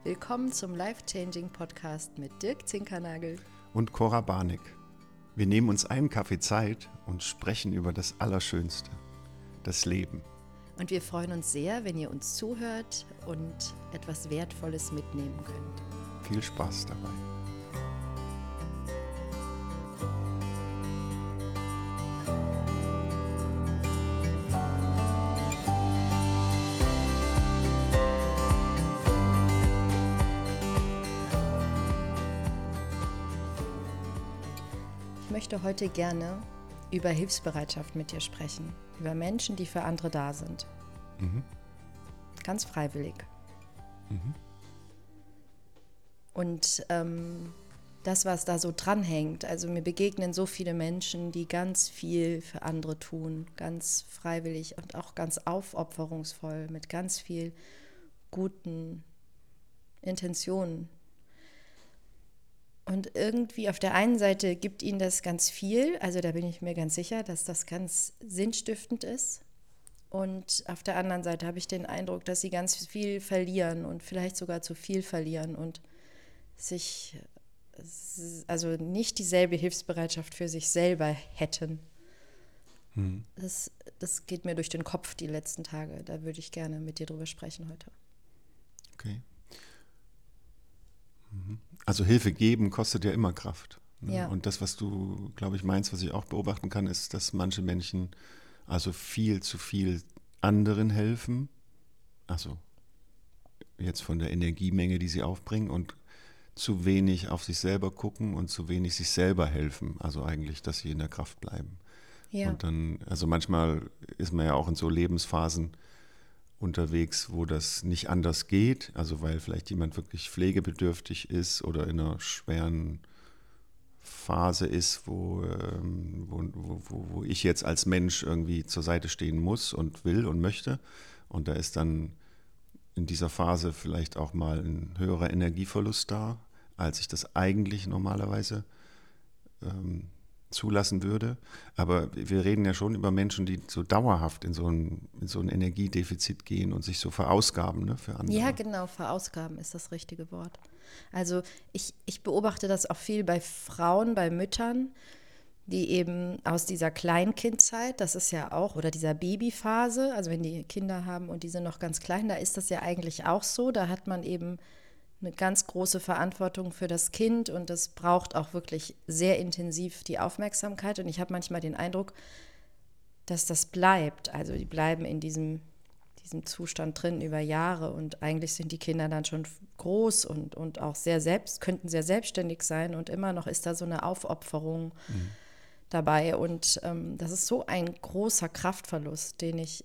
Willkommen zum Life-Changing Podcast mit Dirk Zinkernagel und Cora Barnick. Wir nehmen uns einen Kaffee Zeit und sprechen über das Allerschönste, das Leben. Und wir freuen uns sehr, wenn ihr uns zuhört und etwas Wertvolles mitnehmen könnt. Viel Spaß dabei. Ich möchte heute gerne über Hilfsbereitschaft mit dir sprechen, über Menschen, die für andere da sind. Ganz freiwillig. Und das, was da so dranhängt, also mir begegnen so viele Menschen, die ganz viel für andere tun, ganz freiwillig und auch ganz aufopferungsvoll, mit ganz viel guten Intentionen. Und irgendwie auf der einen Seite gibt ihnen das ganz viel, also da bin ich mir ganz sicher, dass das ganz sinnstiftend ist. Und auf der anderen Seite habe ich den Eindruck, dass sie ganz viel verlieren und vielleicht sogar zu viel verlieren und sich, also nicht dieselbe Hilfsbereitschaft für sich selber hätten. Das geht mir durch den Kopf die letzten Tage. Da würde ich gerne mit dir drüber sprechen heute. Okay. Also Hilfe geben kostet ja immer Kraft. Ne? Ja. Und das, was du, glaube ich, meinst, was ich auch beobachten kann, ist, dass manche Menschen also viel zu viel anderen helfen. Also jetzt von der Energiemenge, die sie aufbringen, und zu wenig auf sich selber gucken und zu wenig sich selber helfen. Also eigentlich, dass sie in der Kraft bleiben. Ja. Und dann, also manchmal ist man ja auch in so Lebensphasen unterwegs, wo das nicht anders geht, also weil vielleicht jemand wirklich pflegebedürftig ist oder in einer schweren Phase ist, wo ich jetzt als Mensch irgendwie zur Seite stehen muss und will und möchte. Und da ist dann in dieser Phase vielleicht auch mal ein höherer Energieverlust da, als ich das eigentlich normalerweise zulassen würde. Aber wir reden ja schon über Menschen, die so dauerhaft in so ein Energiedefizit gehen und sich so verausgaben, ne, für andere. Ja, genau, verausgaben ist das richtige Wort. Also ich beobachte das auch viel bei Frauen, bei Müttern, die eben aus dieser Kleinkindzeit, das ist ja auch, oder dieser Babyphase, also wenn die Kinder haben und die sind noch ganz klein, da ist das ja eigentlich auch so, da hat man eben eine ganz große Verantwortung für das Kind und das braucht auch wirklich sehr intensiv die Aufmerksamkeit. Und ich habe manchmal den Eindruck, dass das bleibt. Also die bleiben in diesem Zustand drin über Jahre und eigentlich sind die Kinder dann schon groß und auch könnten sehr selbstständig sein und immer noch ist da so eine Aufopferung dabei. Und das ist so ein großer Kraftverlust, ich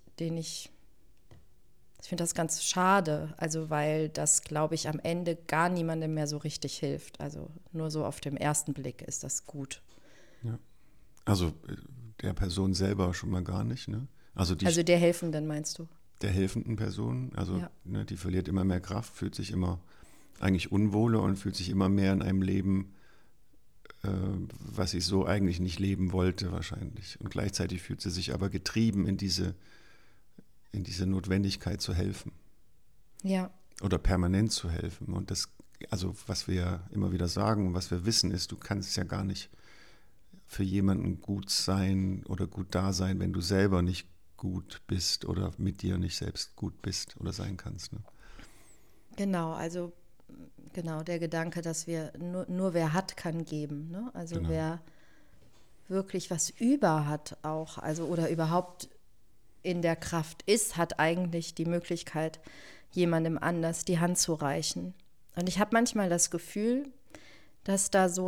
finde das ganz schade, also weil das, glaube ich, am Ende gar niemandem mehr so richtig hilft. Also nur so auf dem ersten Blick ist das gut. Ja. Also der Person selber schon mal gar nicht, ne? Also der Helfenden meinst du? Der helfenden Person, also ja. Ne, die verliert immer mehr Kraft, fühlt sich immer eigentlich unwohler und fühlt sich immer mehr in einem Leben, was sie so eigentlich nicht leben wollte wahrscheinlich. Und gleichzeitig fühlt sie sich aber getrieben in diese Notwendigkeit zu helfen. Ja. Oder permanent zu helfen. Und das, also was wir immer wieder sagen und was wir wissen ist, du kannst ja gar nicht für jemanden gut sein oder gut da sein, wenn du selber nicht gut bist oder mit dir nicht selbst gut bist oder sein kannst. Ne? Genau, also der Gedanke, dass wir nur wer hat, kann geben. Ne? Also Genau. Wer wirklich was über hat auch, also oder überhaupt in der Kraft ist, hat eigentlich die Möglichkeit, jemandem anders die Hand zu reichen. Und ich habe manchmal das Gefühl, dass da so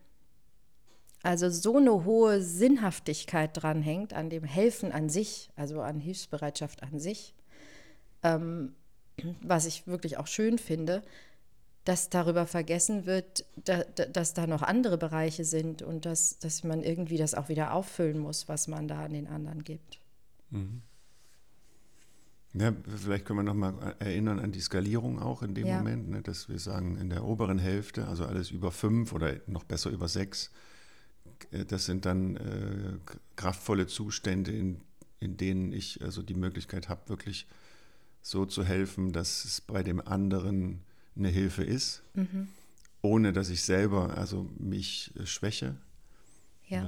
eine hohe Sinnhaftigkeit dranhängt an dem Helfen an sich, also an Hilfsbereitschaft an sich, was ich wirklich auch schön finde, dass darüber vergessen wird, dass da noch andere Bereiche sind und dass man irgendwie das auch wieder auffüllen muss, was man da an den anderen gibt. Ja, vielleicht können wir nochmal erinnern an die Skalierung auch in dem Ja. Moment, ne, dass wir sagen, in der oberen Hälfte, also alles über 5 oder noch besser über 6, das sind dann kraftvolle Zustände, in denen ich also die Möglichkeit habe, wirklich so zu helfen, dass es bei dem anderen eine Hilfe ist, ohne dass ich selber also mich schwäche. Ja.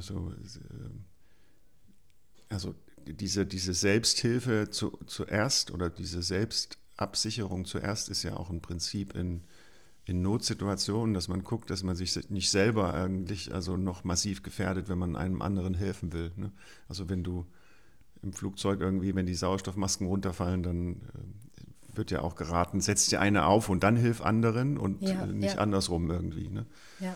Also diese Selbsthilfe zuerst oder diese Selbstabsicherung zuerst ist ja auch ein Prinzip in Notsituationen, dass man guckt, dass man sich nicht selber eigentlich also noch massiv gefährdet, wenn man einem anderen helfen will. Ne? Also wenn du im Flugzeug irgendwie, wenn die Sauerstoffmasken runterfallen, dann wird ja auch geraten, setz dir eine auf und dann hilf anderen und nicht andersrum irgendwie. Ne? Ja.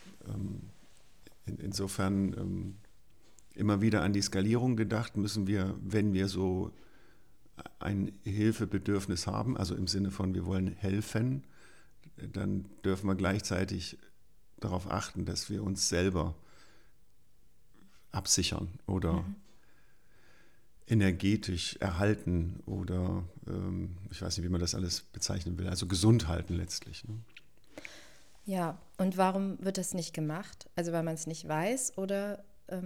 Insofern immer wieder an die Skalierung gedacht, müssen wir, wenn wir so ein Hilfebedürfnis haben, also im Sinne von, wir wollen helfen, dann dürfen wir gleichzeitig darauf achten, dass wir uns selber absichern oder energetisch erhalten oder ich weiß nicht, wie man das alles bezeichnen will, also gesund halten letztlich. Ne? Ja, und warum wird das nicht gemacht? Also weil man es nicht weiß oder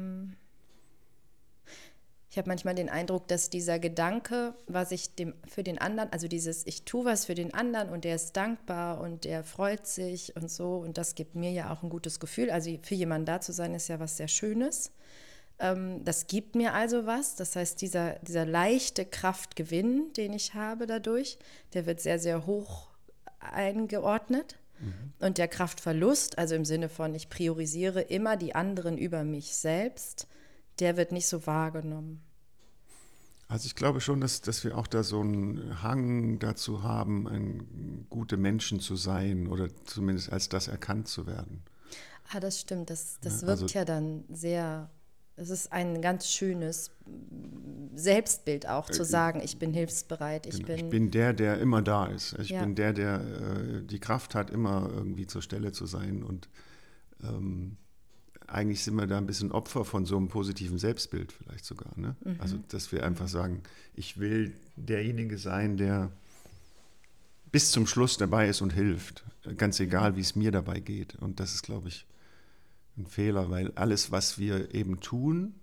ich habe manchmal den Eindruck, dass dieser Gedanke, was ich für den anderen, also dieses, ich tue was für den anderen und der ist dankbar und der freut sich und so und das gibt mir ja auch ein gutes Gefühl. Also für jemanden da zu sein, ist ja was sehr Schönes. Das gibt mir also was. Das heißt, dieser leichte Kraftgewinn, den ich habe dadurch, der wird sehr, sehr hoch eingeordnet. Und der Kraftverlust, also im Sinne von, ich priorisiere immer die anderen über mich selbst, der wird nicht so wahrgenommen. Also ich glaube schon, dass wir auch da so einen Hang dazu haben, gute Menschen zu sein oder zumindest als das erkannt zu werden. Das stimmt. Das wirkt ja dann sehr, es ist ein ganz schönes Selbstbild auch, zu sagen, ich bin hilfsbereit. Ich bin der immer da ist. Ich bin der die Kraft hat, immer irgendwie zur Stelle zu sein und eigentlich sind wir da ein bisschen Opfer von so einem positiven Selbstbild vielleicht sogar. Ne? Also, dass wir einfach sagen, ich will derjenige sein, der bis zum Schluss dabei ist und hilft. Ganz egal, wie es mir dabei geht. Und das ist, glaube ich, ein Fehler, weil alles, was wir eben tun,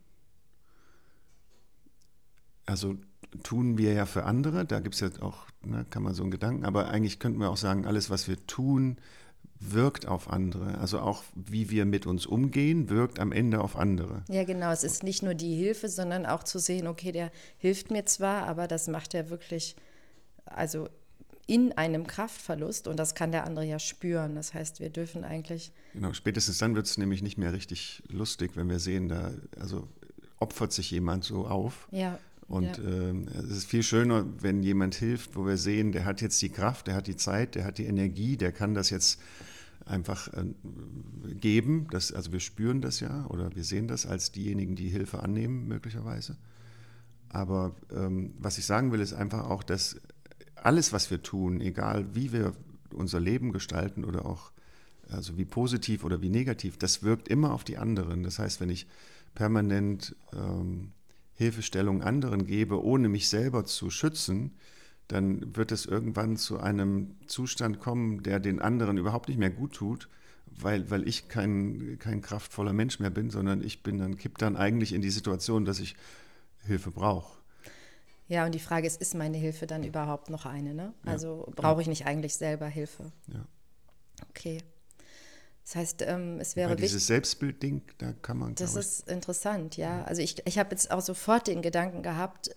also tun wir ja für andere, da gibt es ja auch, ne, kann man so einen Gedanken, aber eigentlich könnten wir auch sagen, alles, was wir tun, wirkt auf andere. Also auch wie wir mit uns umgehen, wirkt am Ende auf andere. Ja, genau. Es ist nicht nur die Hilfe, sondern auch zu sehen, okay, der hilft mir zwar, aber das macht er wirklich, also in einem Kraftverlust und das kann der andere ja spüren. Das heißt, wir dürfen eigentlich... Genau, spätestens dann wird es nämlich nicht mehr richtig lustig, wenn wir sehen, da also opfert sich jemand so auf. Ja. Und es ist viel schöner, wenn jemand hilft, wo wir sehen, der hat jetzt die Kraft, der hat die Zeit, der hat die Energie, der kann das jetzt einfach geben. Also wir spüren das ja oder wir sehen das als diejenigen, die Hilfe annehmen möglicherweise. Aber was ich sagen will, ist einfach auch, dass alles, was wir tun, egal wie wir unser Leben gestalten oder auch also wie positiv oder wie negativ, das wirkt immer auf die anderen. Das heißt, wenn ich permanent Hilfestellung anderen gebe, ohne mich selber zu schützen, dann wird es irgendwann zu einem Zustand kommen, der den anderen überhaupt nicht mehr gut tut, weil ich kein kraftvoller Mensch mehr bin, sondern kipp dann eigentlich in die Situation, dass ich Hilfe brauche. Ja, und die Frage ist meine Hilfe dann überhaupt noch eine? Ne? Also brauche ich nicht eigentlich selber Hilfe? Ja. Okay. Das heißt, es wäre wichtig. Dieses Selbstbildding, da kann man. Das ist interessant, ja. Also ich habe jetzt auch sofort den Gedanken gehabt,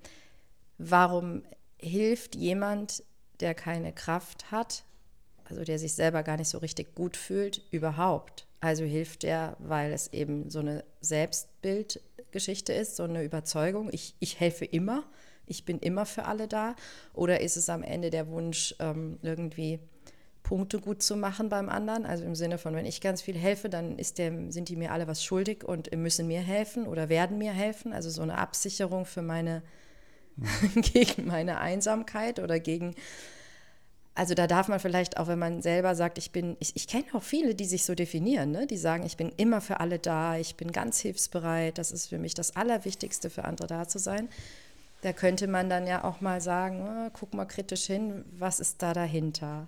warum hilft jemand, der keine Kraft hat, also der sich selber gar nicht so richtig gut fühlt, überhaupt? Also hilft er, weil es eben so eine Selbstbildgeschichte ist, so eine Überzeugung, ich helfe immer, ich bin immer für alle da? Oder ist es am Ende der Wunsch, irgendwie Punkte gut zu machen beim anderen? Also im Sinne von, wenn ich ganz viel helfe, dann sind die mir alle was schuldig und müssen mir helfen oder werden mir helfen. Also so eine Absicherung für gegen meine Einsamkeit oder gegen... Also da darf man vielleicht auch, wenn man selber sagt, ich kenne auch viele, die sich so definieren, ne? Die sagen, ich bin immer für alle da, ich bin ganz hilfsbereit, das ist für mich das Allerwichtigste, für andere da zu sein. Da könnte man dann ja auch mal sagen, guck mal kritisch hin, was ist da dahinter?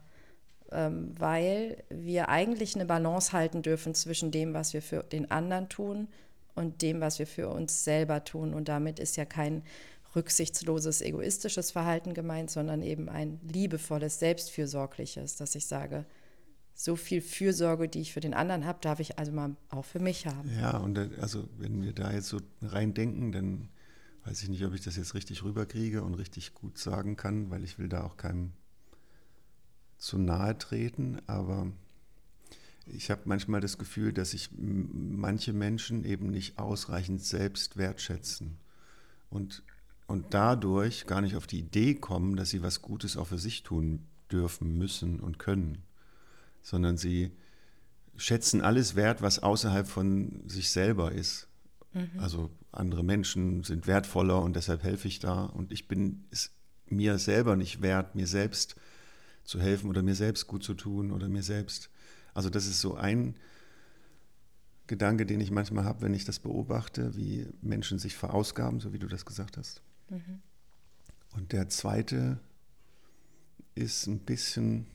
Weil wir eigentlich eine Balance halten dürfen zwischen dem, was wir für den anderen tun und dem, was wir für uns selber tun. Und damit ist ja kein rücksichtsloses, egoistisches Verhalten gemeint, sondern eben ein liebevolles, selbstfürsorgliches, dass ich sage, so viel Fürsorge, die ich für den anderen habe, darf ich also mal auch für mich haben. Ja, und also wenn wir da jetzt so reindenken, dann weiß ich nicht, ob ich das jetzt richtig rüberkriege und richtig gut sagen kann, weil ich will da auch keinem zu nahe treten, aber ich habe manchmal das Gefühl, dass sich manche Menschen eben nicht ausreichend selbst wertschätzen und dadurch gar nicht auf die Idee kommen, dass sie was Gutes auch für sich tun dürfen, müssen und können, sondern sie schätzen alles wert, was außerhalb von sich selber ist. Also andere Menschen sind wertvoller und deshalb helfe ich da und ich bin es mir selber nicht wert, mir selbst zu helfen oder mir selbst gut zu tun oder mir selbst. Also das ist so ein Gedanke, den ich manchmal habe, wenn ich das beobachte, wie Menschen sich verausgaben, so wie du das gesagt hast. Und der zweite ist ein bisschen,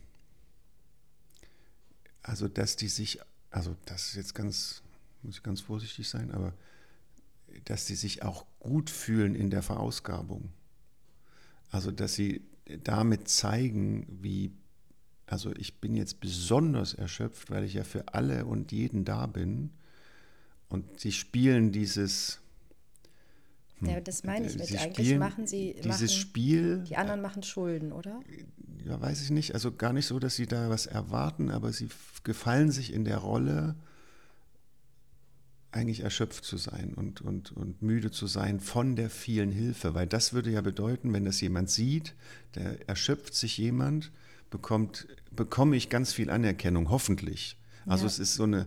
also dass die sich, also das ist jetzt muss ich ganz vorsichtig sein, aber dass sie sich auch gut fühlen in der Verausgabung. Also dass sie damit zeigen, also ich bin jetzt besonders erschöpft, weil ich ja für alle und jeden da bin. Und sie spielen dieses. Ja, das meine ich mit. Sie Eigentlich spielen dieses Spiel. Die anderen machen Schulden, oder? Ja, weiß ich nicht. Also gar nicht so, dass sie da was erwarten, aber sie gefallen sich in der Rolle, eigentlich erschöpft zu sein und müde zu sein von der vielen Hilfe. Weil das würde ja bedeuten, wenn das jemand sieht, der erschöpft sich jemand, bekomme ich ganz viel Anerkennung, hoffentlich. Also es ist so eine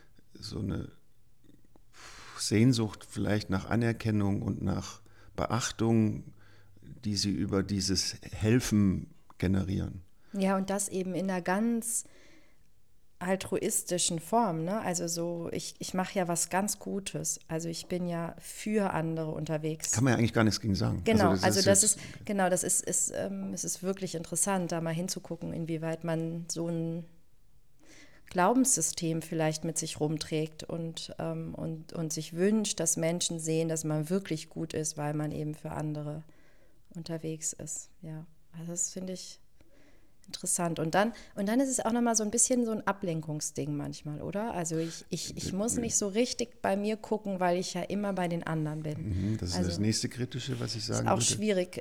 Sehnsucht vielleicht nach Anerkennung und nach Beachtung, die sie über dieses Helfen generieren. Ja, und das eben in einer ganz altruistischen Form, ne? Also so, ich mache ja was ganz Gutes. Also ich bin ja für andere unterwegs. Kann man ja eigentlich gar nichts gegen sagen. Genau, es ist wirklich interessant, da mal hinzugucken, inwieweit man so ein Glaubenssystem vielleicht mit sich rumträgt und sich wünscht, dass Menschen sehen, dass man wirklich gut ist, weil man eben für andere unterwegs ist. Ja, also das finde ich interessant. Und dann ist es auch nochmal so ein bisschen so ein Ablenkungsding manchmal, oder? Also ich muss nicht so richtig bei mir gucken, weil ich ja immer bei den anderen bin. Das ist also, das nächste Kritische, was ich sagen würde. Ist auch würde. schwierig.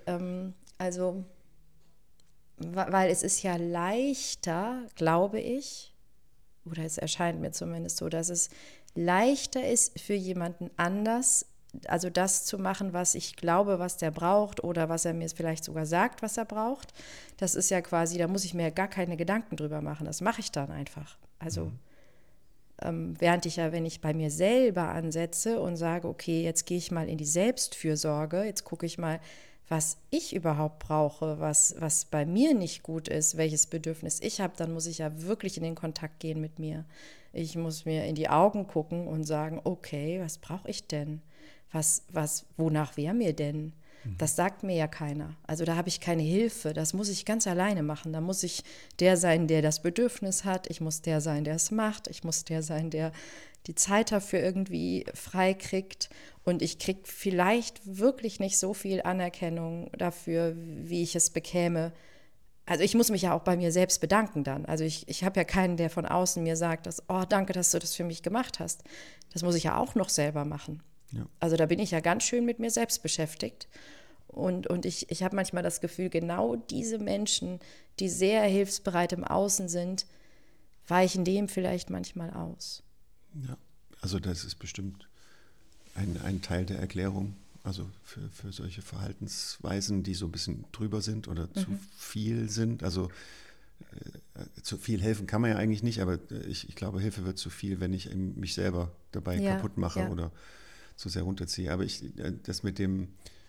Weil es ist ja leichter, glaube ich, oder es erscheint mir zumindest so, dass es leichter ist für jemanden anders, also das zu machen, was ich glaube, was der braucht oder was er mir vielleicht sogar sagt, was er braucht. Das ist ja quasi, da muss ich mir gar keine Gedanken drüber machen. Das mache ich dann einfach. Also während ich ja, wenn ich bei mir selber ansetze und sage, okay, jetzt gehe ich mal in die Selbstfürsorge, jetzt gucke ich mal, was ich überhaupt brauche, was bei mir nicht gut ist, welches Bedürfnis ich habe, dann muss ich ja wirklich in den Kontakt gehen mit mir. Ich muss mir in die Augen gucken und sagen, okay, was brauche ich denn? Wonach wäre mir denn? Das sagt mir ja keiner. Also da habe ich keine Hilfe. Das muss ich ganz alleine machen. Da muss ich der sein, der das Bedürfnis hat. Ich muss der sein, der es macht. Ich muss der sein, der die Zeit dafür irgendwie frei kriegt. Und ich kriege vielleicht wirklich nicht so viel Anerkennung dafür, wie ich es bekäme. Also ich muss mich ja auch bei mir selbst bedanken dann. Also ich habe ja keinen, der von außen mir sagt, oh, danke, dass du das für mich gemacht hast. Das muss ich ja auch noch selber machen. Ja. Also da bin ich ja ganz schön mit mir selbst beschäftigt. Und ich habe manchmal das Gefühl, genau diese Menschen, die sehr hilfsbereit im Außen sind, weichen dem vielleicht manchmal aus. Ja, also das ist bestimmt ein Teil der Erklärung, also für solche Verhaltensweisen, die so ein bisschen drüber sind oder zu viel sind. Also zu viel helfen kann man ja eigentlich nicht, aber ich glaube, Hilfe wird zu viel, wenn ich mich selber dabei kaputt mache oder zu sehr runterziehe. Aber das mit dem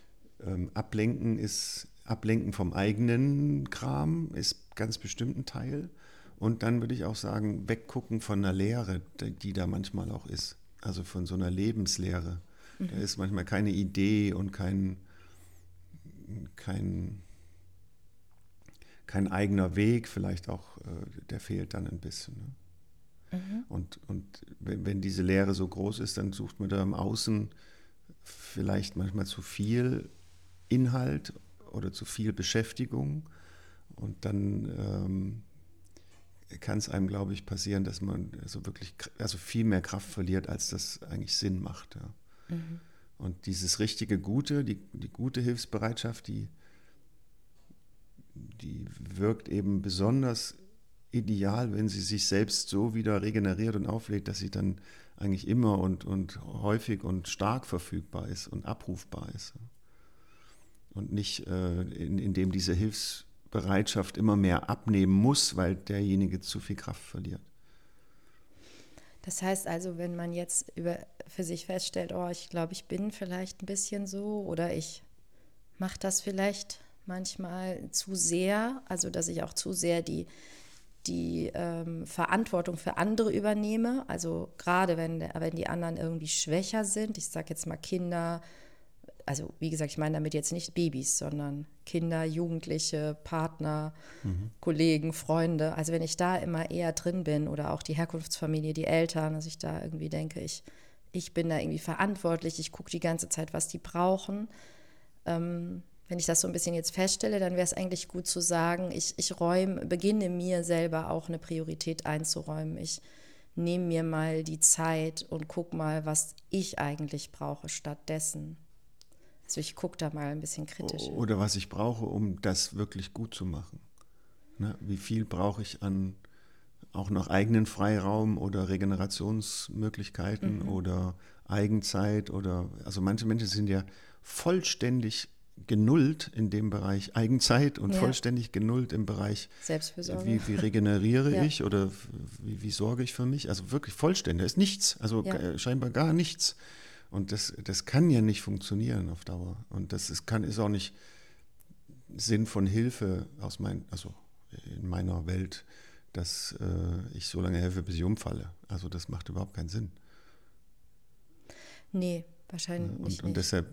Ablenken vom eigenen Kram ist ganz bestimmt ein Teil. Und dann würde ich auch sagen, weggucken von einer Leere, die da manchmal auch ist. Also von so einer Lebenslehre. Da ist manchmal keine Idee und kein eigener Weg, vielleicht auch, der fehlt dann ein bisschen. Ne? Und wenn diese Leere so groß ist, dann sucht man da im Außen vielleicht manchmal zu viel Inhalt oder zu viel Beschäftigung. Und dann kann es einem, glaube ich, passieren, dass man also viel mehr Kraft verliert, als das eigentlich Sinn macht. Ja. Mhm. Und dieses richtige Gute, die gute Hilfsbereitschaft, die wirkt eben besonders ideal, wenn sie sich selbst so wieder regeneriert und auflädt, dass sie dann eigentlich immer und häufig und stark verfügbar ist und abrufbar ist. Und nicht, indem diese Hilfsbereitschaft immer mehr abnehmen muss, weil derjenige zu viel Kraft verliert. Das heißt also, wenn man jetzt für sich feststellt, oh, ich glaube, ich bin vielleicht ein bisschen so oder ich mache das vielleicht manchmal zu sehr, also dass ich auch zu sehr die Verantwortung für andere übernehme, also gerade wenn die anderen irgendwie schwächer sind, ich sage jetzt mal Kinder, also wie gesagt, ich meine damit jetzt nicht Babys, sondern Kinder, Jugendliche, Partner, Kollegen, Freunde. Also wenn ich da immer eher drin bin oder auch die Herkunftsfamilie, die Eltern, dass ich da irgendwie denke, ich bin da irgendwie verantwortlich, ich gucke die ganze Zeit, was die brauchen. Wenn ich das so ein bisschen jetzt feststelle, dann wäre es eigentlich gut zu sagen, ich beginne mir selber auch eine Priorität einzuräumen. Ich nehme mir mal die Zeit und gucke mal, was ich eigentlich brauche stattdessen. Also ich gucke da mal ein bisschen kritisch. Oder was ich brauche, um das wirklich gut zu machen. Ne? Wie viel brauche ich an auch noch eigenen Freiraum oder Regenerationsmöglichkeiten oder Eigenzeit also manche Menschen sind ja vollständig genullt in dem Bereich Eigenzeit und vollständig genullt im Bereich Selbstfürsorge. Wie regeneriere ich oder wie sorge ich für mich? Also wirklich vollständig, da ist nichts, also scheinbar gar nichts. Und das kann ja nicht funktionieren auf Dauer. Und das ist auch nicht Sinn von Hilfe also in meiner Welt, dass ich so lange helfe, bis ich umfalle. Also das macht überhaupt keinen Sinn. Nee, wahrscheinlich nicht. Und deshalb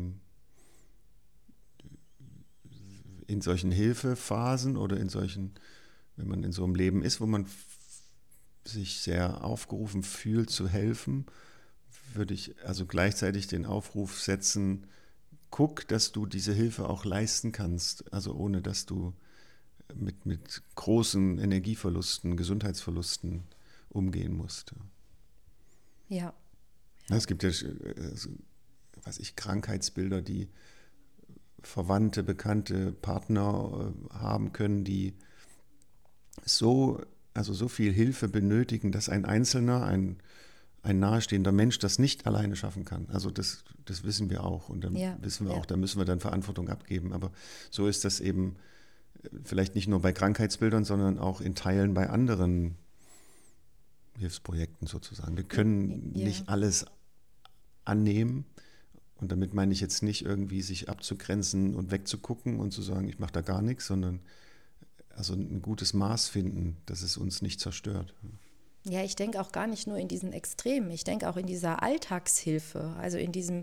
in solchen Hilfephasen oder wenn man in so einem Leben ist, wo man sich sehr aufgerufen fühlt zu helfen, würde ich also gleichzeitig den Aufruf setzen, guck, dass du diese Hilfe auch leisten kannst, also ohne dass du mit großen Energieverlusten, Gesundheitsverlusten umgehen musst. Ja. Es gibt ja, Krankheitsbilder, die Verwandte, Bekannte, Partner haben können, die so viel Hilfe benötigen, dass ein Einzelner, ein nahestehender Mensch das nicht alleine schaffen kann. Also das wissen wir auch und dann wissen wir auch, da müssen wir dann Verantwortung abgeben. Aber so ist das eben vielleicht nicht nur bei Krankheitsbildern, sondern auch in Teilen bei anderen Hilfsprojekten sozusagen. Wir können nicht alles annehmen und damit meine ich jetzt nicht irgendwie sich abzugrenzen und wegzugucken und zu sagen, ich mache da gar nichts, sondern also ein gutes Maß finden, dass es uns nicht zerstört. Ja, ich denke auch gar nicht nur in diesen Extremen, ich denke auch in dieser Alltagshilfe, also in diesem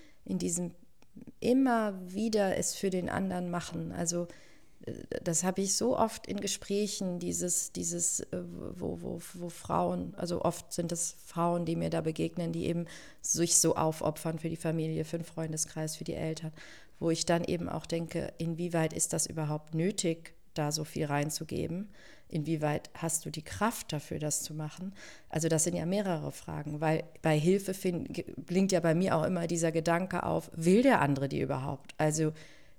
immer wieder es für den anderen machen. Also das habe ich so oft in Gesprächen, wo Frauen, also oft sind es Frauen, die mir da begegnen, die eben sich so aufopfern für die Familie, für den Freundeskreis, für die Eltern, wo ich dann eben auch denke, inwieweit ist das überhaupt nötig, da so viel reinzugeben? Inwieweit hast du die Kraft dafür, das zu machen? Also das sind ja mehrere Fragen, weil bei Hilfe blinkt ja bei mir auch immer dieser Gedanke auf, will der andere die überhaupt? Also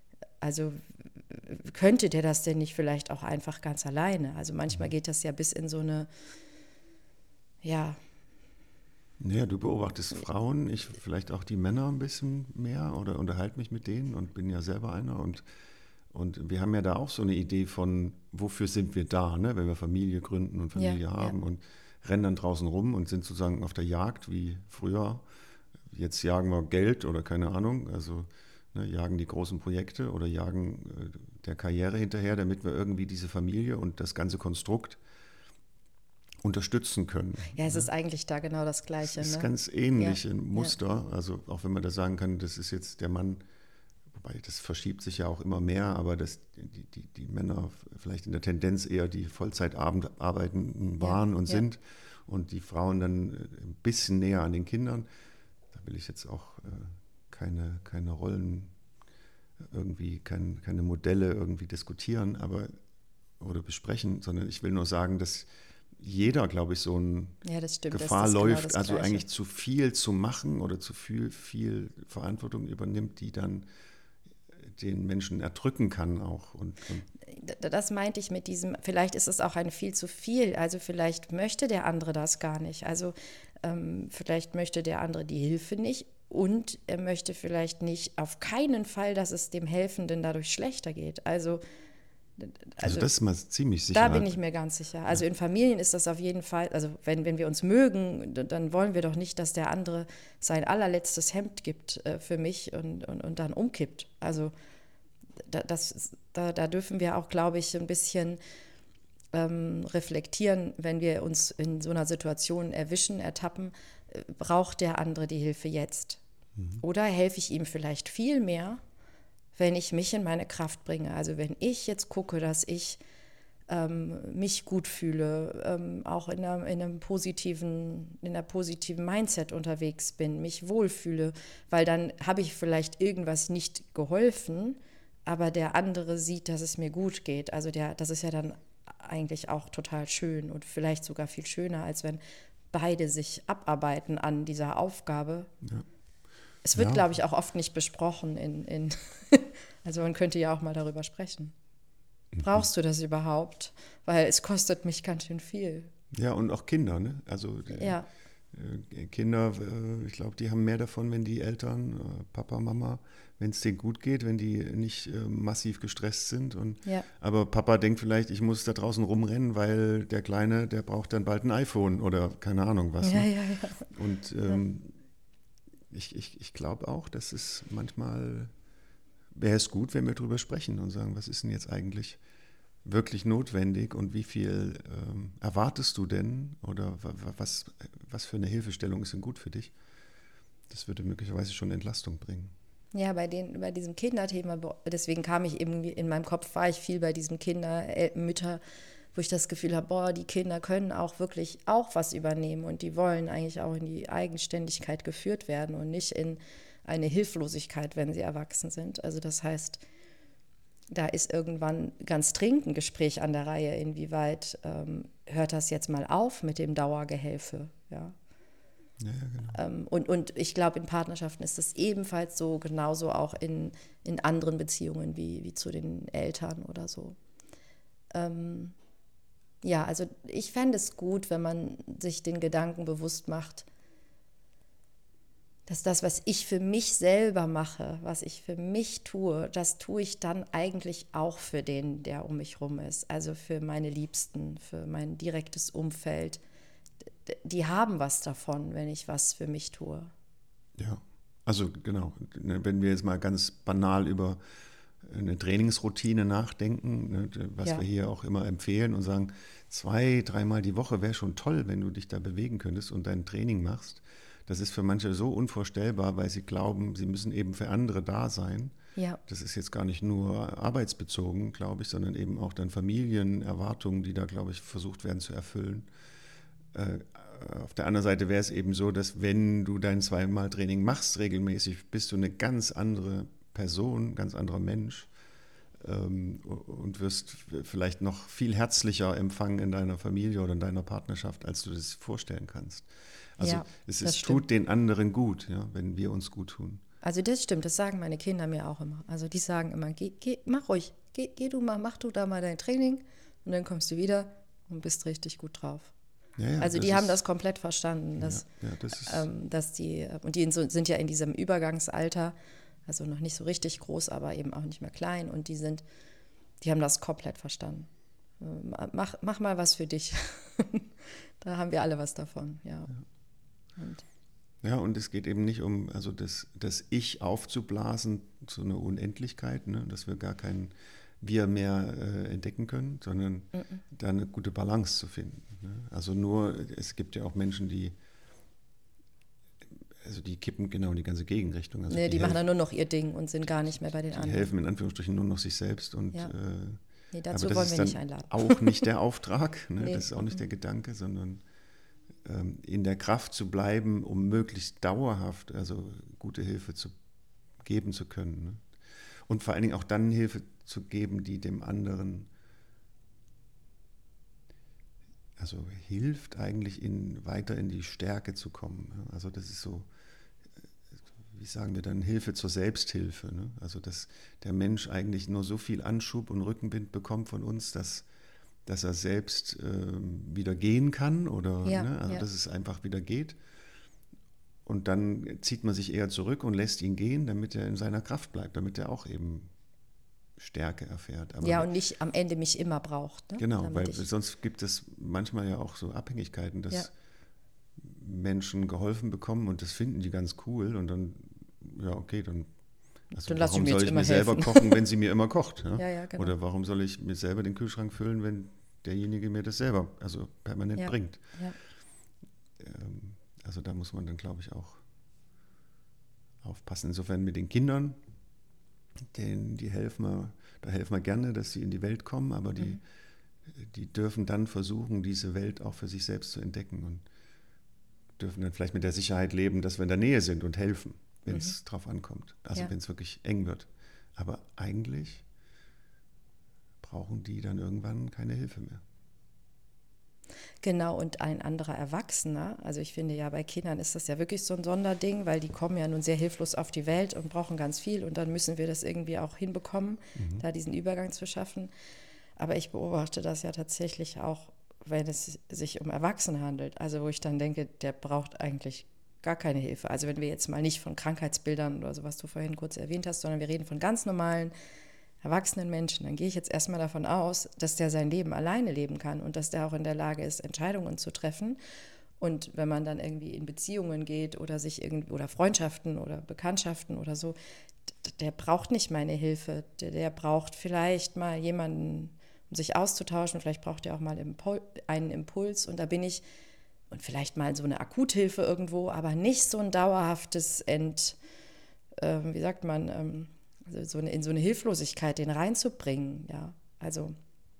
könnte der das denn nicht vielleicht auch einfach ganz alleine? Also manchmal geht das ja bis in so eine, Ja, du beobachtest Frauen, ich vielleicht auch die Männer ein bisschen mehr oder unterhalte mich mit denen und bin ja selber einer und wir haben ja da auch so eine Idee von, wofür sind wir da, ne? Wenn wir Familie gründen und Familie haben und rennen dann draußen rum und sind sozusagen auf der Jagd wie früher. Jetzt jagen wir Geld oder keine Ahnung, also jagen die großen Projekte oder jagen der Karriere hinterher, damit wir irgendwie diese Familie und das ganze Konstrukt unterstützen können. Ja, es ist eigentlich da genau das Gleiche. Es ist ganz ähnliche Muster, also auch wenn man da sagen kann, das ist jetzt der Mann, wobei das verschiebt sich ja auch immer mehr, aber die Männer vielleicht in der Tendenz eher die Vollzeit arbeitenden waren und sind und die Frauen dann ein bisschen näher an den Kindern. Da will ich jetzt auch keine Rollen irgendwie keine Modelle irgendwie diskutieren, oder besprechen, sondern ich will nur sagen, dass jeder, glaube ich, so eine Ja, das stimmt. Gefahr Das ist genau läuft, das also Gleiche. eigentlich zu viel zu machen oder zu viel Verantwortung übernimmt, die dann den Menschen erdrücken kann auch. Und Das meinte ich mit diesem, vielleicht ist es auch ein viel zu viel. Also vielleicht möchte der andere das gar nicht. Also vielleicht möchte der andere die Hilfe nicht und er möchte vielleicht nicht auf keinen Fall, dass es dem Helfenden dadurch schlechter geht. also Also das ist mal ziemlich da sicher. bin ich mir ganz sicher. Also in Familien ist das auf jeden Fall, also wenn wir uns mögen, dann wollen wir doch nicht, dass der andere sein allerletztes Hemd gibt für mich und dann umkippt. Also da dürfen wir auch, glaube ich, ein bisschen reflektieren, wenn wir uns in so einer Situation ertappen, braucht der andere die Hilfe jetzt? Oder helfe ich ihm vielleicht viel mehr, wenn ich mich in meine Kraft bringe? Also wenn ich jetzt gucke, dass ich mich gut fühle, auch in einer positiven Mindset unterwegs bin, mich wohlfühle, weil dann habe ich vielleicht irgendwas nicht geholfen, aber der andere sieht, dass es mir gut geht. Also das ist ja dann eigentlich auch total schön und vielleicht sogar viel schöner, als wenn beide sich abarbeiten an dieser Aufgabe. Ja. Es wird, Ja, glaube ich, auch oft nicht besprochen also man könnte ja auch mal darüber sprechen. Brauchst du das überhaupt? Weil es kostet mich ganz schön viel. ja, und auch Kinder, ne? Also Ja, Kinder, ich glaube, die haben mehr davon, wenn die Eltern, Papa, Mama, wenn es denen gut geht, wenn die nicht massiv gestresst sind. ja, Aber Papa denkt vielleicht, ich muss da draußen rumrennen, weil der Kleine, der braucht dann bald ein iPhone oder keine Ahnung was. ja, Ne? ja, ja. Und Ja, ich glaube auch, dass es manchmal wäre es gut, wenn wir drüber sprechen und sagen, was ist denn jetzt eigentlich wirklich notwendig und wie viel erwartest du denn oder was für eine Hilfestellung ist denn gut für dich? Das würde möglicherweise schon Entlastung bringen. ja, bei diesem Kinderthema, deswegen kam ich eben, in meinem Kopf war ich viel bei diesem Mütter, wo ich das Gefühl habe, boah, die Kinder können auch wirklich auch was übernehmen und die wollen eigentlich auch in die Eigenständigkeit geführt werden und nicht in eine Hilflosigkeit, wenn sie erwachsen sind. Also das heißt, da ist irgendwann ganz dringend ein Gespräch an der Reihe, inwieweit hört das jetzt mal auf mit dem Dauergehelfe, ja. Ja, ja, genau. Und ich glaube, in Partnerschaften ist das ebenfalls so, genauso auch in anderen Beziehungen wie zu den Eltern oder so. Ja, also ich fände es gut, wenn man sich den Gedanken bewusst macht, dass das, was ich für mich selber mache, was ich für mich tue, das tue ich dann eigentlich auch für den, der um mich rum ist. Also für meine Liebsten, für mein direktes Umfeld. Die haben was davon, wenn ich was für mich tue. Ja, also genau, wenn wir jetzt mal ganz banal über eine Trainingsroutine nachdenken, ne, was Ja, wir hier auch immer empfehlen und sagen, 2, dreimal die Woche wäre schon toll, wenn du dich da bewegen könntest und dein Training machst. Das ist für manche so unvorstellbar, weil sie glauben, sie müssen eben für andere da sein. ja, Das ist jetzt gar nicht nur arbeitsbezogen, glaube ich, sondern eben auch dann Familienerwartungen, die da, glaube ich, versucht werden zu erfüllen. Äh, auf der anderen Seite wäre es eben so, dass wenn du dein zweimal Training machst regelmäßig, bist du eine ganz andere Person, ganz anderer Mensch und wirst vielleicht noch viel herzlicher empfangen in deiner Familie oder in deiner Partnerschaft, als du das vorstellen kannst. Also ja, es das tut stimmt. den anderen gut, ja, wenn wir uns gut tun. Also das stimmt, das sagen meine Kinder mir auch immer. Also die sagen immer, mach ruhig, geh du mal, mach du da mal dein Training und dann kommst du wieder und bist richtig gut drauf. Ja, ja, Also das die haben das ist, komplett verstanden, ja, ja, das ist, dass und die sind ja in diesem Übergangsalter, also noch nicht so richtig groß, aber eben auch nicht mehr klein und die haben das komplett verstanden. Mach mal was für dich. Da haben wir alle was davon, ja. Und ja, und es geht eben nicht um, also das Ich aufzublasen zu einer Unendlichkeit, ne, dass wir gar kein Wir mehr entdecken können, sondern da eine gute Balance zu finden. Ne? Also es gibt ja auch Menschen, also die kippen genau in die ganze Gegenrichtung. Also ne, die machen dann nur noch ihr Ding und sind gar nicht mehr bei den die anderen. helfen in Anführungsstrichen nur noch sich selbst Ja, nee, aber dazu das wollen ist wir nicht dann einladen. auch nicht der Auftrag, ne? Nee, Das ist auch nicht der Gedanke, sondern in der Kraft zu bleiben, um möglichst dauerhaft, also gute Hilfe geben zu können. Ne? Und vor allen Dingen auch dann Hilfe zu geben, die dem anderen also hilft eigentlich weiter in die Stärke zu kommen. Also das ist so, wie sagen wir dann, Hilfe zur Selbsthilfe. Ne? Also dass der Mensch eigentlich nur so viel Anschub und Rückenwind bekommt von uns, dass er selbst wieder gehen kann oder ne? Also dass es einfach wieder geht. Und dann zieht man sich eher zurück und lässt ihn gehen, damit er in seiner Kraft bleibt, damit er auch eben Stärke erfährt. Aber und nicht am Ende mich immer braucht. Ne? Genau, weil sonst gibt es manchmal ja auch so Abhängigkeiten, dass Menschen geholfen bekommen und das finden die ganz cool und dann, ja okay, dann warum soll ich mir selber kochen, wenn sie mir immer kocht? Ja? Genau. Oder warum soll ich mir selber den Kühlschrank füllen, wenn derjenige mir das selber permanent bringt? Ja. Also da muss man dann, glaube ich, auch aufpassen. Insofern mit den Kindern, da helfen wir gerne, dass sie in die Welt kommen, aber die dürfen dann versuchen, diese Welt auch für sich selbst zu entdecken und dürfen dann vielleicht mit der Sicherheit leben, dass wir in der Nähe sind und helfen, wenn es drauf ankommt. Also wenn es wirklich eng wird. Aber eigentlich brauchen die dann irgendwann keine Hilfe mehr. Genau, und ein anderer Erwachsener, also ich finde ja, bei Kindern ist das ja wirklich so ein Sonderding, weil die kommen ja nun sehr hilflos auf die Welt und brauchen ganz viel und dann müssen wir das irgendwie auch hinbekommen, da diesen Übergang zu schaffen. Aber ich beobachte das ja tatsächlich auch, wenn es sich um Erwachsene handelt, also wo ich dann denke, der braucht eigentlich gar keine Hilfe. Also wenn wir jetzt mal nicht von Krankheitsbildern oder so, was du vorhin kurz erwähnt hast, sondern wir reden von ganz normalen erwachsenen Menschen, dann gehe ich jetzt erstmal davon aus, dass der sein Leben alleine leben kann und dass der auch in der Lage ist, Entscheidungen zu treffen. Und wenn man dann irgendwie in Beziehungen geht oder oder Freundschaften oder Bekanntschaften oder so, der braucht nicht meine Hilfe. Der braucht vielleicht mal jemanden, um sich auszutauschen. Vielleicht braucht er auch mal einen Impuls. Und da bin ich, und vielleicht mal so eine Akuthilfe irgendwo, aber nicht so ein dauerhaftes also in so eine Hilflosigkeit, den reinzubringen, ja. Also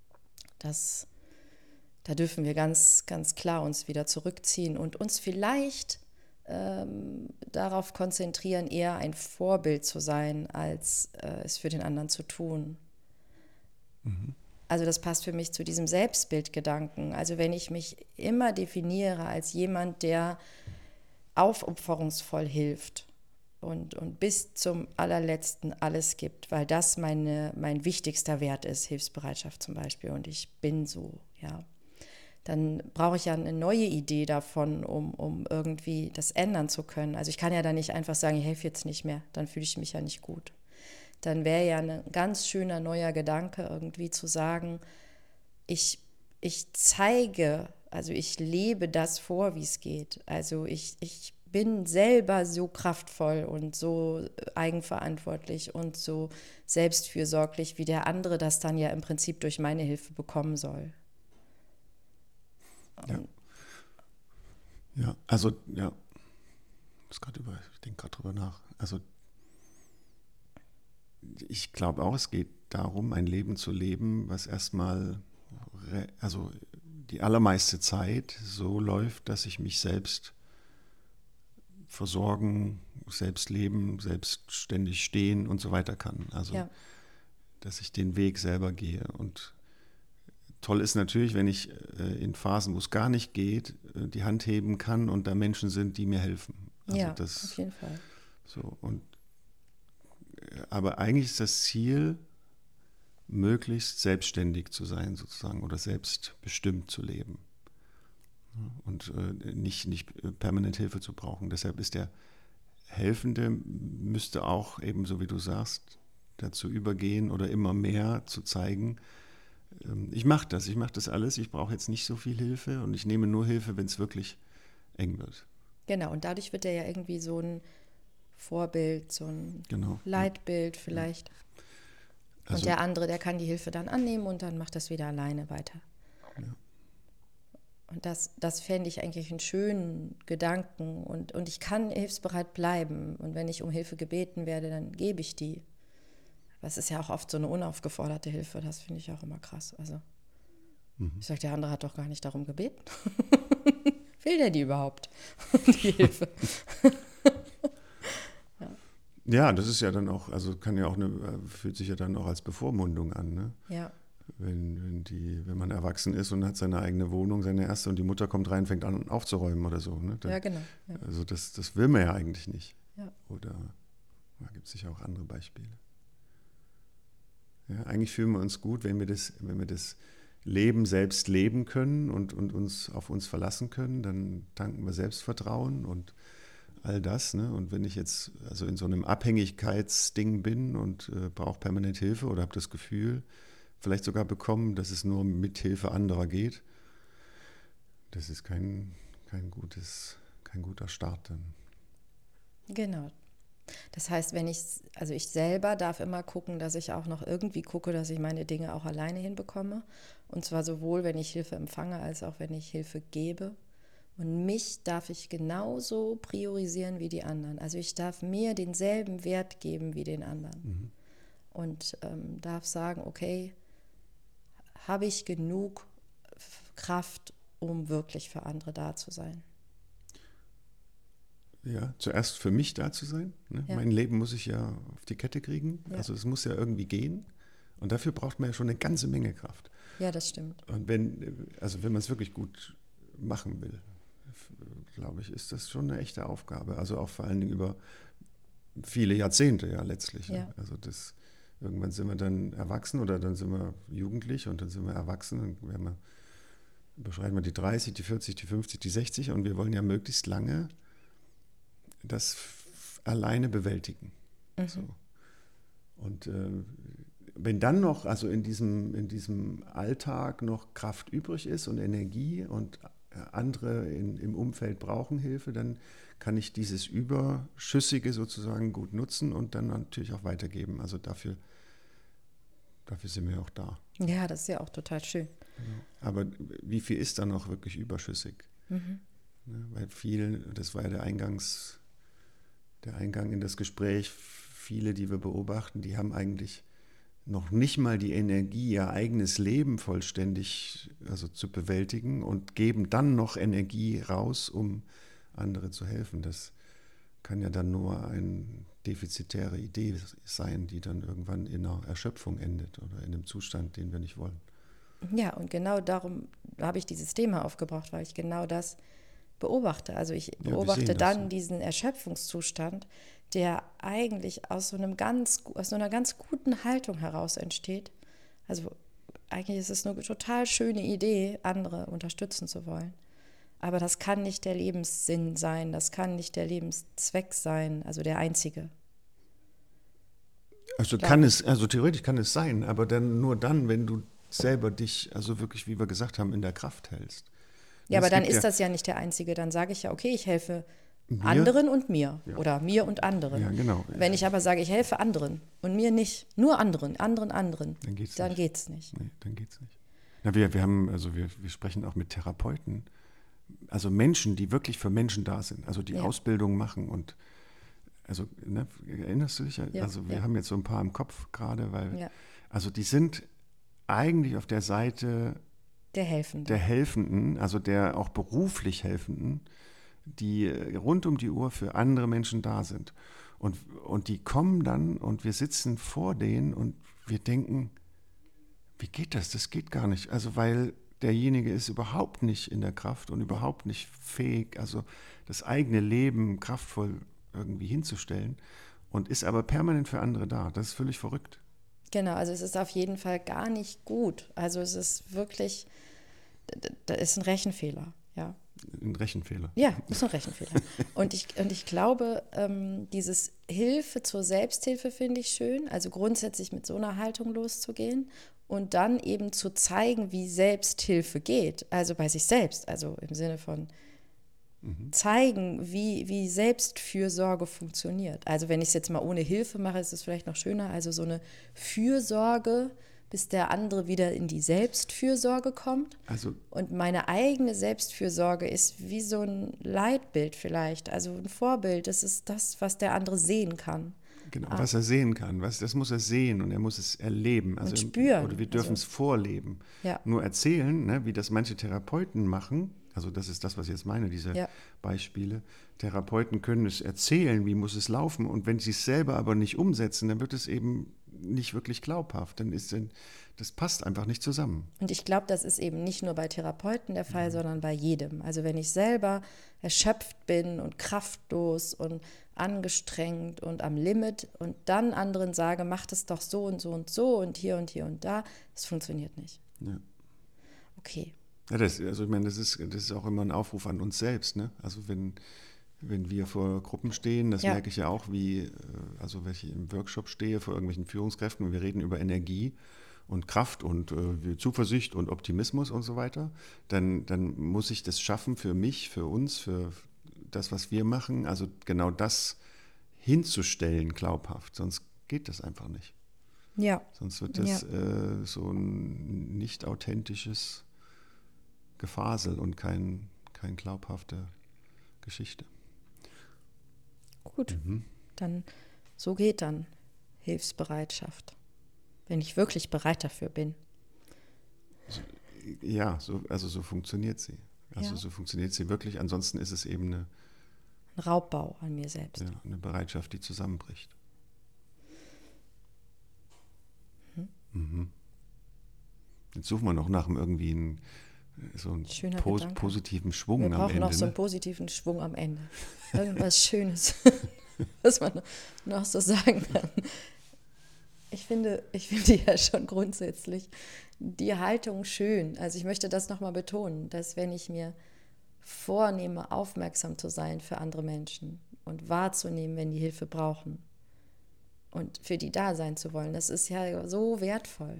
da dürfen wir ganz, ganz klar uns wieder zurückziehen und uns vielleicht darauf konzentrieren, eher ein Vorbild zu sein, als es für den anderen zu tun. Also das passt für mich zu diesem Selbstbildgedanken. Also wenn ich mich immer definiere als jemand, der aufopferungsvoll hilft, und bis zum allerletzten alles gibt, weil das mein wichtigster Wert ist, Hilfsbereitschaft zum Beispiel, und ich bin so, ja. Dann brauche ich ja eine neue Idee davon, um irgendwie das ändern zu können. Also ich kann ja dann nicht einfach sagen, ich helfe jetzt nicht mehr, dann fühle ich mich ja nicht gut. Dann wäre ja ein ganz schöner neuer Gedanke irgendwie zu sagen, ich zeige, also ich lebe das vor, wie es geht. Also ich bin selber so kraftvoll und so eigenverantwortlich und so selbstfürsorglich, wie der andere das dann ja im Prinzip durch meine Hilfe bekommen soll. Ja, also ja, ich denke gerade drüber nach. Also ich glaube auch, es geht darum, ein Leben zu leben, was erstmal, also die allermeiste Zeit so läuft, dass ich mich selbst versorgen, selbst leben, selbstständig stehen und so weiter kann. Also, dass ich den Weg selber gehe. Und toll ist natürlich, wenn ich in Phasen, wo es gar nicht geht, die Hand heben kann und da Menschen sind, die mir helfen. Also das, auf jeden Fall. So, aber eigentlich ist das Ziel, möglichst selbstständig zu sein sozusagen oder selbstbestimmt zu leben. Und nicht permanent Hilfe zu brauchen. Deshalb ist der Helfende, müsste auch eben, so wie du sagst, dazu übergehen oder immer mehr zu zeigen, ich mache das alles, ich brauche jetzt nicht so viel Hilfe und ich nehme nur Hilfe, wenn es wirklich eng wird. Genau, und dadurch wird er ja irgendwie so ein Vorbild, so ein Leitbild vielleicht. Also, und der andere, der kann die Hilfe dann annehmen und dann macht das wieder alleine weiter. Ja. Und das fände ich eigentlich einen schönen Gedanken. Und ich kann hilfsbereit bleiben. Und wenn ich um Hilfe gebeten werde, dann gebe ich die. Aber es ist ja auch oft so eine unaufgeforderte Hilfe. Das finde ich auch immer krass. Also ich sage, der andere hat doch gar nicht darum gebeten. Will der die überhaupt? Die Hilfe. Ja, das ist ja dann auch, also kann ja auch fühlt sich ja dann auch als Bevormundung an, ne? Ja, Wenn man erwachsen ist und hat seine eigene Wohnung, seine erste, und die Mutter kommt rein, fängt an aufzuräumen oder so, ne? ja, genau. Ja. Also das will man ja eigentlich nicht. Ja. Oder da gibt es sicher auch andere Beispiele. Ja, eigentlich fühlen wir uns gut, wenn wir das Leben selbst leben können und uns auf uns verlassen können, dann tanken wir Selbstvertrauen und all das. Ne? Und wenn ich jetzt also in so einem Abhängigkeitsding bin und brauche permanent Hilfe oder habe das Gefühl, vielleicht sogar bekommen, dass es nur mit Hilfe anderer geht, das ist kein guter Start dann. Genau. Das heißt, ich selber darf immer gucken, dass ich auch noch irgendwie gucke, dass ich meine Dinge auch alleine hinbekomme. Und zwar sowohl, wenn ich Hilfe empfange, als auch, wenn ich Hilfe gebe. Und mich darf ich genauso priorisieren wie die anderen. Also ich darf mir denselben Wert geben wie den anderen. Mhm. Und darf sagen, okay, habe ich genug Kraft, um wirklich für andere da zu sein? Ja, zuerst für mich da zu sein. Ne? Ja. Mein Leben muss ich ja auf die Kette kriegen. Ja. Also es muss ja irgendwie gehen. Und dafür braucht man ja schon eine ganze Menge Kraft. Ja, das stimmt. Und wenn man es wirklich gut machen will, glaube ich, ist das schon eine echte Aufgabe. Also auch vor allen Dingen über viele Jahrzehnte ja letztlich. Ja. Ne? Also irgendwann sind wir dann erwachsen oder dann sind wir jugendlich und dann sind wir erwachsen. Dann beschreiten wir die 30, die 40, die 50, die 60 und wir wollen ja möglichst lange das alleine bewältigen. Mhm. So. Und wenn dann noch, also in diesem Alltag noch Kraft übrig ist und Energie und andere im Umfeld brauchen Hilfe, dann kann ich dieses Überschüssige sozusagen gut nutzen und dann natürlich auch weitergeben. Also dafür sind wir auch da. Ja, das ist ja auch total schön. Aber wie viel ist da noch wirklich überschüssig? Mhm. Ne, weil das war ja der Eingang in das Gespräch, viele, die wir beobachten, die haben eigentlich noch nicht mal die Energie, ihr eigenes Leben vollständig zu bewältigen und geben dann noch Energie raus, um andere zu helfen. Das kann ja dann nur eine defizitäre Idee sein, die dann irgendwann in einer Erschöpfung endet oder in einem Zustand, den wir nicht wollen. Ja, und genau darum habe ich dieses Thema aufgebracht, weil ich genau das beobachte. Also ich beobachte dann diesen Erschöpfungszustand, der eigentlich aus so einer ganz guten Haltung heraus entsteht. Also eigentlich ist es eine total schöne Idee, andere unterstützen zu wollen. Aber das kann nicht der Lebenssinn sein, das kann nicht der Lebenszweck sein, also der einzige. Also theoretisch kann es sein, aber nur dann, wenn du selber dich, also wirklich, wie wir gesagt haben, in der Kraft hältst. Ja, aber dann ist das ja nicht der einzige. Dann sage ich ja, okay, ich helfe anderen und mir. Ja. Oder mir und anderen. Ja, genau. Wenn ich aber sage, ich helfe anderen und mir nicht, nur anderen, dann geht's nicht. Nee, dann geht's nicht. Na, wir sprechen auch mit Therapeuten, also Menschen, die wirklich für Menschen da sind, also die Ausbildung machen und also, ne, erinnerst du dich? Ja, also wir haben jetzt so ein paar im Kopf gerade, weil also die sind eigentlich auf der Seite der Helfenden, also der auch beruflich Helfenden, die rund um die Uhr für andere Menschen da sind. Und die kommen dann und wir sitzen vor denen und wir denken, wie geht das? Das geht gar nicht. Also weil derjenige ist überhaupt nicht in der Kraft und überhaupt nicht fähig, also das eigene Leben kraftvoll irgendwie hinzustellen und ist aber permanent für andere da. Das ist völlig verrückt. Genau, also es ist auf jeden Fall gar nicht gut. Also es ist wirklich, da ist ein Rechenfehler, ja. Ein Rechenfehler. Ja, ist ein Rechenfehler. Und ich glaube, dieses Hilfe zur Selbsthilfe finde ich schön, also grundsätzlich mit so einer Haltung loszugehen und dann eben zu zeigen, wie Selbsthilfe geht, also bei sich selbst, also im Sinne von zeigen, wie Selbstfürsorge funktioniert. Also wenn ich es jetzt mal ohne Hilfe mache, ist es vielleicht noch schöner, also so eine Fürsorge, bis der andere wieder in die Selbstfürsorge kommt. Und meine eigene Selbstfürsorge ist wie so ein Leitbild vielleicht, also ein Vorbild. Das ist das, was der andere sehen kann. Genau, was er sehen kann. Das muss er sehen und er muss es erleben. Und spüren. Oder wir dürfen es vorleben. Ja. Nur erzählen, ne, wie das manche Therapeuten machen, Also das ist das, was ich jetzt meine, diese Ja. Beispiele. Therapeuten können es erzählen, wie muss es laufen. Und wenn sie es selber aber nicht umsetzen, dann wird es eben nicht wirklich glaubhaft. Das passt einfach nicht zusammen. Und ich glaube, das ist eben nicht nur bei Therapeuten der Fall, sondern bei jedem. Also wenn ich selber erschöpft bin und kraftlos und angestrengt und am Limit und dann anderen sage, mach das doch so und so und hier und da, das funktioniert nicht. Ja. Okay. Ja, also ich meine, das ist auch immer ein Aufruf an uns selbst, ne? Also wenn wir vor Gruppen stehen, das merke ich ja auch, also wenn ich im Workshop stehe vor irgendwelchen Führungskräften und wir reden über Energie und Kraft und Zuversicht und Optimismus und so weiter, dann muss ich das schaffen für mich, für uns, für das, was wir machen, also genau das hinzustellen, glaubhaft, sonst geht das einfach nicht. Ja. Sonst wird das so ein nicht authentisches Gefasel und kein glaubhafte Geschichte. Gut, dann so geht dann Hilfsbereitschaft, wenn ich wirklich bereit dafür bin. Ja, so funktioniert sie. Also so funktioniert sie wirklich. Ansonsten ist es eben Ein Raubbau an mir selbst. eine Bereitschaft, die zusammenbricht. Mhm. Jetzt suchen wir noch nach irgendwie so einen positiven Schwung am Ende. Wir brauchen noch so einen positiven Schwung am Ende. Irgendwas Schönes, was man noch so sagen kann. Ich finde ja schon grundsätzlich die Haltung schön. Also ich möchte das nochmal betonen, dass wenn ich mir vornehme, aufmerksam zu sein für andere Menschen und wahrzunehmen, wenn die Hilfe brauchen und für die da sein zu wollen, das ist ja so wertvoll.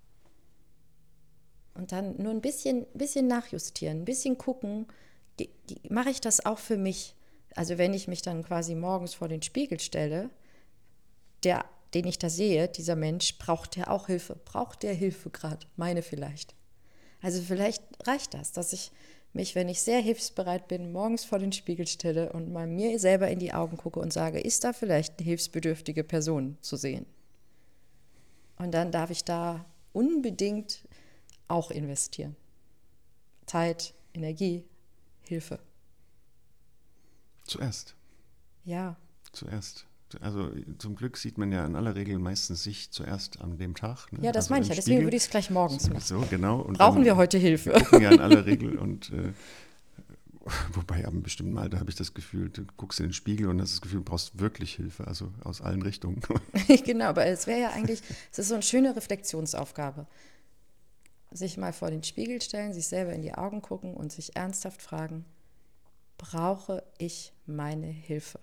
Und dann nur ein bisschen nachjustieren, ein bisschen gucken, mache ich das auch für mich? Also wenn ich mich dann quasi morgens vor den Spiegel stelle, den ich da sehe, dieser Mensch, braucht der auch Hilfe? Braucht der Hilfe gerade? Meine vielleicht. Also vielleicht reicht das, dass ich mich, wenn ich sehr hilfsbereit bin, morgens vor den Spiegel stelle und mal mir selber in die Augen gucke und sage, ist da vielleicht eine hilfsbedürftige Person zu sehen? Und dann darf ich da unbedingt auch investieren. Zeit, Energie, Hilfe. Zuerst. Ja. Zuerst. Also zum Glück sieht man ja in aller Regel meistens sich zuerst an dem Tag. Ne? Ja, das also meine ich ja. Deswegen würde ich es gleich morgens machen. So, genau. Und brauchen wir heute Hilfe? Wir gucken ja in aller Regel und wobei ab einem bestimmten Alter habe ich das Gefühl, du guckst in den Spiegel und hast das Gefühl, du brauchst wirklich Hilfe, also aus allen Richtungen. Genau, aber es wäre ja eigentlich, es ist so eine schöne Reflexionsaufgabe. Sich mal vor den Spiegel stellen, sich selber in die Augen gucken und sich ernsthaft fragen, brauche ich meine Hilfe?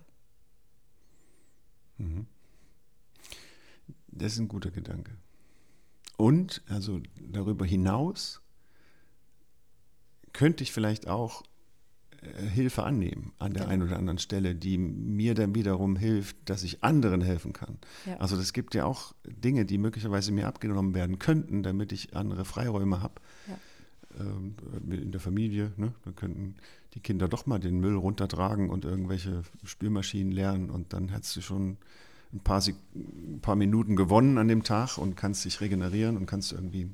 Das ist ein guter Gedanke. Und, also darüber hinaus, könnte ich vielleicht auch Hilfe annehmen an der einen oder anderen Stelle, die mir dann wiederum hilft, dass ich anderen helfen kann. Ja. Also das gibt ja auch Dinge, die möglicherweise mir abgenommen werden könnten, damit ich andere Freiräume habe. Ja. In der Familie, ne? Da könnten die Kinder doch mal den Müll runtertragen und irgendwelche Spülmaschinen leeren und dann hättest du schon ein paar Minuten gewonnen an dem Tag und kannst dich regenerieren und kannst irgendwie,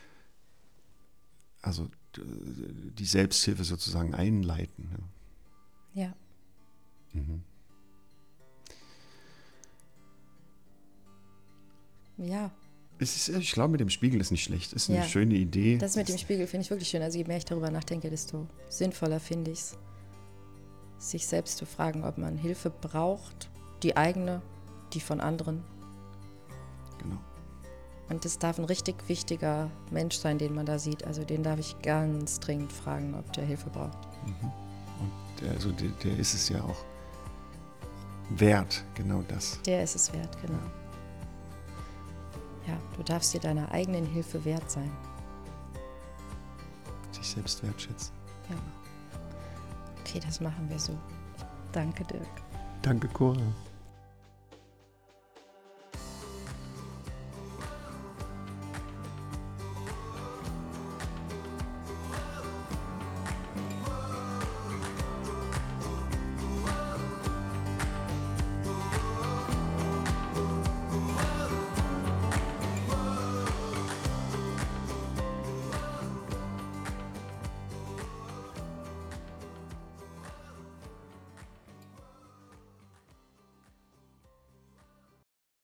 also die Selbsthilfe sozusagen einleiten. Ja. Ja. Ich glaube, mit dem Spiegel ist nicht schlecht. Ist eine schöne Idee. Das mit dem Spiegel finde ich wirklich schön. Also je mehr ich darüber nachdenke, desto sinnvoller finde ich es, sich selbst zu fragen, ob man Hilfe braucht, die eigene, die von anderen. Genau. Und es darf ein richtig wichtiger Mensch sein, den man da sieht. Also den darf ich ganz dringend fragen, ob der Hilfe braucht. Und der ist es ja auch wert, genau das. Der ist es wert, genau. Ja, du darfst dir deiner eigenen Hilfe wert sein. Sich selbst wertschätzen. Ja. Okay, das machen wir so. Danke, Dirk. Danke, Cora.